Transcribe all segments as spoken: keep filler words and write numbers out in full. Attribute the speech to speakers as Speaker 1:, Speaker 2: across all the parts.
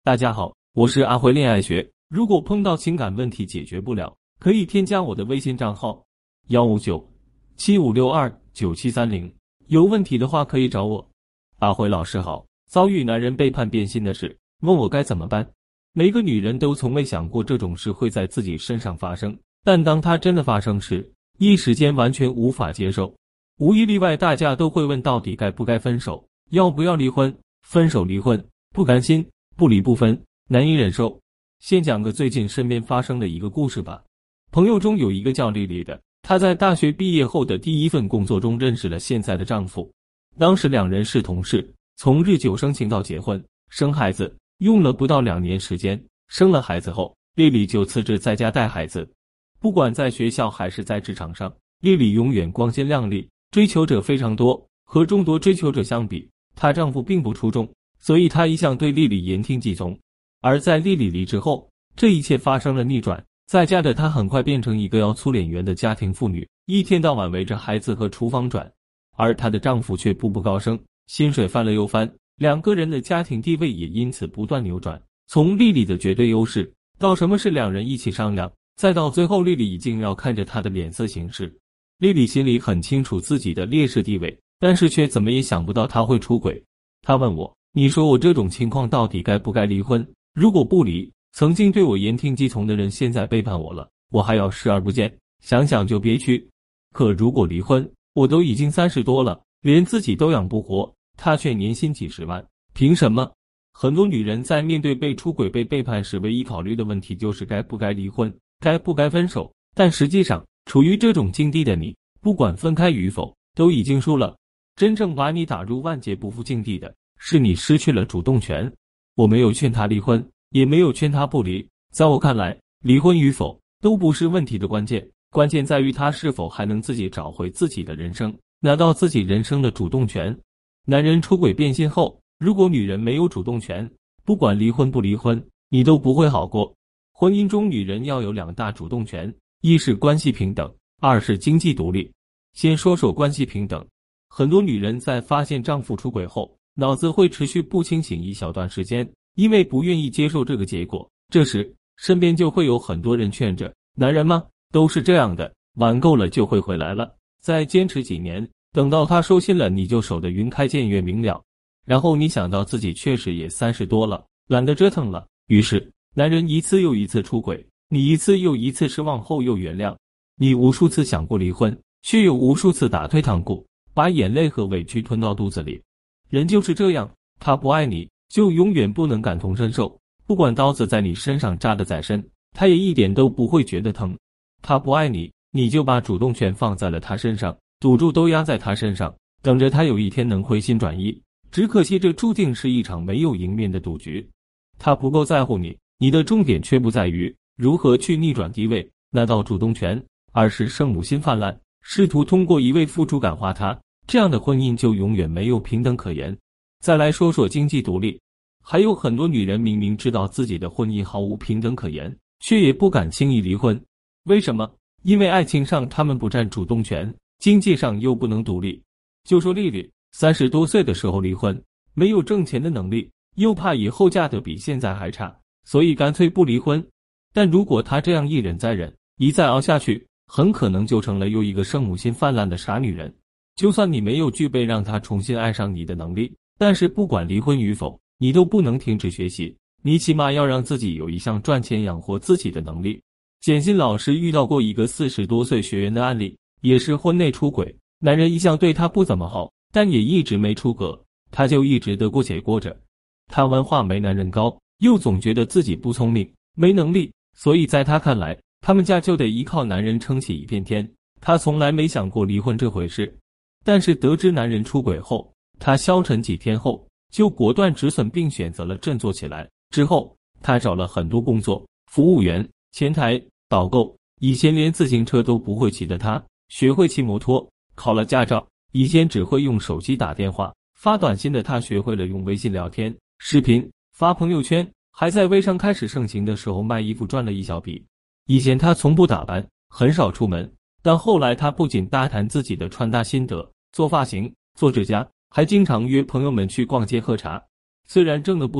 Speaker 1: 大家好，我是阿辉恋爱学。如果碰到情感问题解决不了，可以添加我的微信账号幺五九七五六二九七三零，有问题的话可以找我。阿辉老师好，遭遇男人背叛变心的事，问我该怎么办。每个女人都从未想过这种事会在自己身上发生，但当它真的发生时，一时间完全无法接受。无一例外，大家都会问到底该不该分手，要不要离婚。分手离婚，不甘心，不离不分，难以忍受。先讲个最近身边发生的一个故事吧。朋友中有一个叫丽丽的，她在大学毕业后的第一份工作中认识了现在的丈夫。当时两人是同事，从日久生情到结婚生孩子，用了不到两年时间。生了孩子后，丽丽就辞职在家带孩子。不管在学校还是在职场上，丽丽永远光鲜亮丽，追求者非常多。和众多追求者相比，她丈夫并不出众，所以她一向对丽丽言听计从。而在丽丽离职后，这一切发生了逆转。在家的她很快变成一个要粗脸圆的家庭妇女，一天到晚围着孩子和厨房转。而她的丈夫却步步高升，薪水翻了又翻，两个人的家庭地位也因此不断扭转。从丽丽的绝对优势，到什么是两人一起商量，再到最后丽丽已经要看着她的脸色行事。丽丽心里很清楚自己的劣势地位，但是却怎么也想不到他会出轨。她问我，你说我这种情况到底该不该离婚？如果不离，曾经对我言听计从的人现在背叛我了，我还要视而不见，想想就憋屈。可如果离婚，我都已经三十多了，连自己都养不活，他却年薪几十万，凭什么？很多女人在面对被出轨被背叛时，唯一考虑的问题就是该不该离婚，该不该分手。但实际上，处于这种境地的你，不管分开与否，都已经输了。真正把你打入万劫不复境地的，是你失去了主动权。我没有劝他离婚，也没有劝他不离。在我看来，离婚与否都不是问题的关键，关键在于他是否还能自己找回自己的人生，拿到自己人生的主动权。男人出轨变心后，如果女人没有主动权，不管离婚不离婚，你都不会好过。婚姻中女人要有两大主动权，一是关系平等，二是经济独立。先说说关系平等。很多女人在发现丈夫出轨后，脑子会持续不清醒一小段时间，因为不愿意接受这个结果。这时身边就会有很多人劝着，男人嘛，都是这样的，玩够了就会回来了，再坚持几年，等到他收心了，你就守得云开见月明了。然后你想到自己确实也三十多了，懒得折腾了，于是男人一次又一次出轨，你一次又一次失望后又原谅。你无数次想过离婚，却又无数次打退堂鼓，把眼泪和委屈吞到肚子里。人就是这样，他不爱你，就永远不能感同身受。不管刀子在你身上扎得再深，他也一点都不会觉得疼。他不爱你，你就把主动权放在了他身上，赌注都压在他身上，等着他有一天能回心转意。只可惜这注定是一场没有赢面的赌局。他不够在乎你，你的重点却不在于如何去逆转地位，拿到主动权，而是圣母心泛滥，试图通过一味付出感化他。这样的婚姻就永远没有平等可言。再来说说经济独立。还有很多女人明明知道自己的婚姻毫无平等可言，却也不敢轻易离婚。为什么？因为爱情上她们不占主动权，经济上又不能独立。就说丽丽三十多岁的时候离婚，没有挣钱的能力，又怕以后嫁得比现在还差，所以干脆不离婚。但如果她这样一忍再忍，一再熬下去，很可能就成了又一个圣母心泛滥的傻女人。就算你没有具备让她重新爱上你的能力，但是不管离婚与否，你都不能停止学习，你起码要让自己有一项赚钱养活自己的能力。简心老师遇到过一个四十多岁学员的案例，也是婚内出轨，男人一向对她不怎么好，但也一直没出格，她就一直得过且过着。她文化没男人高，又总觉得自己不聪明，没能力，所以在她看来，他们家就得依靠男人撑起一片天。她从来没想过离婚这回事。但是得知男人出轨后，她消沉几天后，就果断止损并选择了振作起来。之后，她找了很多工作，服务员、前台、导购。以前连自行车都不会骑的她，学会骑摩托，考了驾照。以前只会用手机打电话、发短信的她，学会了用微信聊天、视频、发朋友圈。还在微商开始盛行的时候卖衣服赚了一小笔。以前她从不打扮，很少出门，但后来她不仅大谈自己的穿搭心得，做发型、做指甲，还经常约朋友们去逛街喝茶。虽然挣得不多，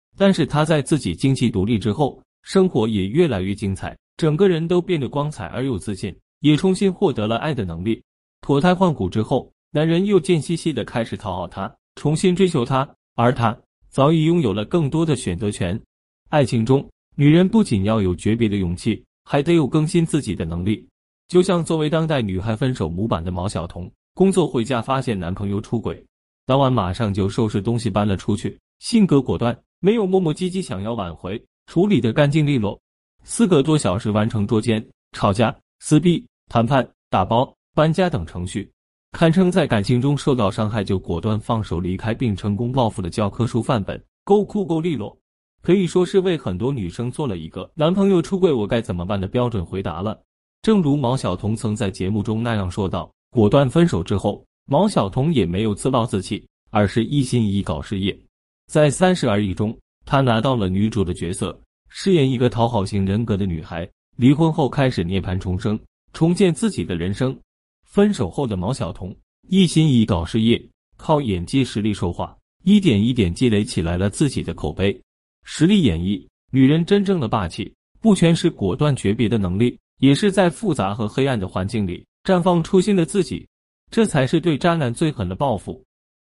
Speaker 1: 但是他在自己经济独立之后，生活也越来越精彩，整个人都变得光彩而又自信，也重新获得了爱的能力。脱胎换骨之后，男人又贱兮兮的开始讨好她，重新追求她，而她早已拥有了更多的选择权。爱情中，女人不仅要有诀别的勇气，还得有更新自己的能力。就像作为当代女孩分手模板的毛晓彤，工作回家发现男朋友出轨，当晚马上就收拾东西搬了出去，性格果断，没有磨磨唧唧想要挽回，处理得干净利落。四个多小时完成捉奸、吵架、撕逼、谈判、打包、搬家等程序，堪称在感情中受到伤害就果断放手离开并成功报复的教科书范本，够酷够利落，可以说是为很多女生做了一个男朋友出轨我该怎么办的标准回答了。正如毛晓彤曾在节目中那样说道，果断分手之后，毛晓彤也没有自暴自弃，而是一心一意搞事业。在三十而已中，她拿到了女主的角色，饰演一个讨好型人格的女孩，离婚后开始涅槃重生，重建自己的人生。分手后的毛晓彤一心一意搞事业，靠演技实力说话，一点一点积累起来了自己的口碑。实力演绎女人真正的霸气，不全是果断诀别的能力，也是在复杂和黑暗的环境里绽放初心的自己，这才是对渣男最狠的报复。